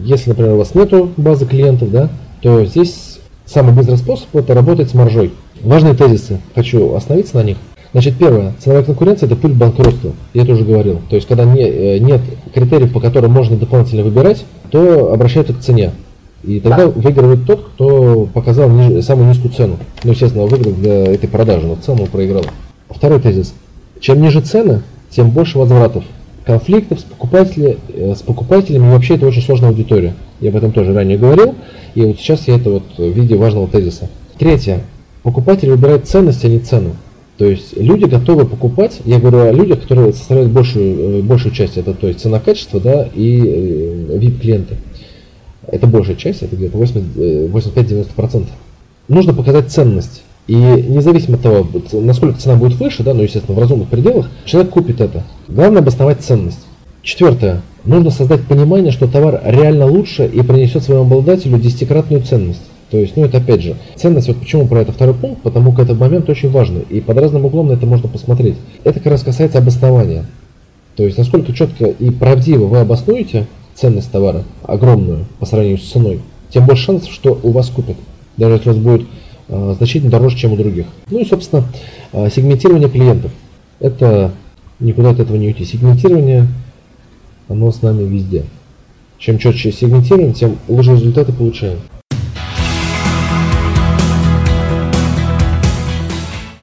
Если, например, у вас нету базы клиентов, да, то здесь самый быстрый способ это работать с маржой. Важные тезисы, хочу остановиться на них. Значит, первое, ценовая конкуренция – это путь к банкротству, я это уже говорил. То есть, когда нет критериев, по которым можно дополнительно выбирать, то обращаются к цене. И тогда выигрывает тот, кто показал самую низкую цену. Ну, естественно, выиграл для этой продажи, но в целом он проиграл. Второй тезис. Чем ниже цены, тем больше возвратов. Конфликтов с покупателями, и вообще это очень сложная аудитория. Я об этом тоже ранее говорил, и вот сейчас я это вот в виде важного тезиса. Третье. Покупатель выбирает ценность, а не цену. То есть люди готовы покупать, я говорю о людях, которые составляют большую часть, это то есть цена-качество, да, и VIP-клиенты. Это большая часть, это где-то 85-90%. Нужно показать ценность. И независимо от того, насколько цена будет выше, да, но, естественно, в разумных пределах, человек купит это. Главное обосновать ценность. Четвертое. Нужно создать понимание, что товар реально лучше и принесет своему обладателю 10-кратную ценность. То есть, это опять же, ценность, вот почему про это второй пункт, потому что этот момент очень важный. И под разным углом на это можно посмотреть. Это как раз касается обоснования. То есть, насколько четко и правдиво вы обоснуете ценность товара, огромную по сравнению с ценой, тем больше шансов, что у вас купят. Даже если у вас будет значительно дороже, чем у других. Ну и, собственно, сегментирование клиентов. Это никуда от этого не уйти. Сегментирование, оно с нами везде. Чем четче сегментируем, тем лучше результаты получаем.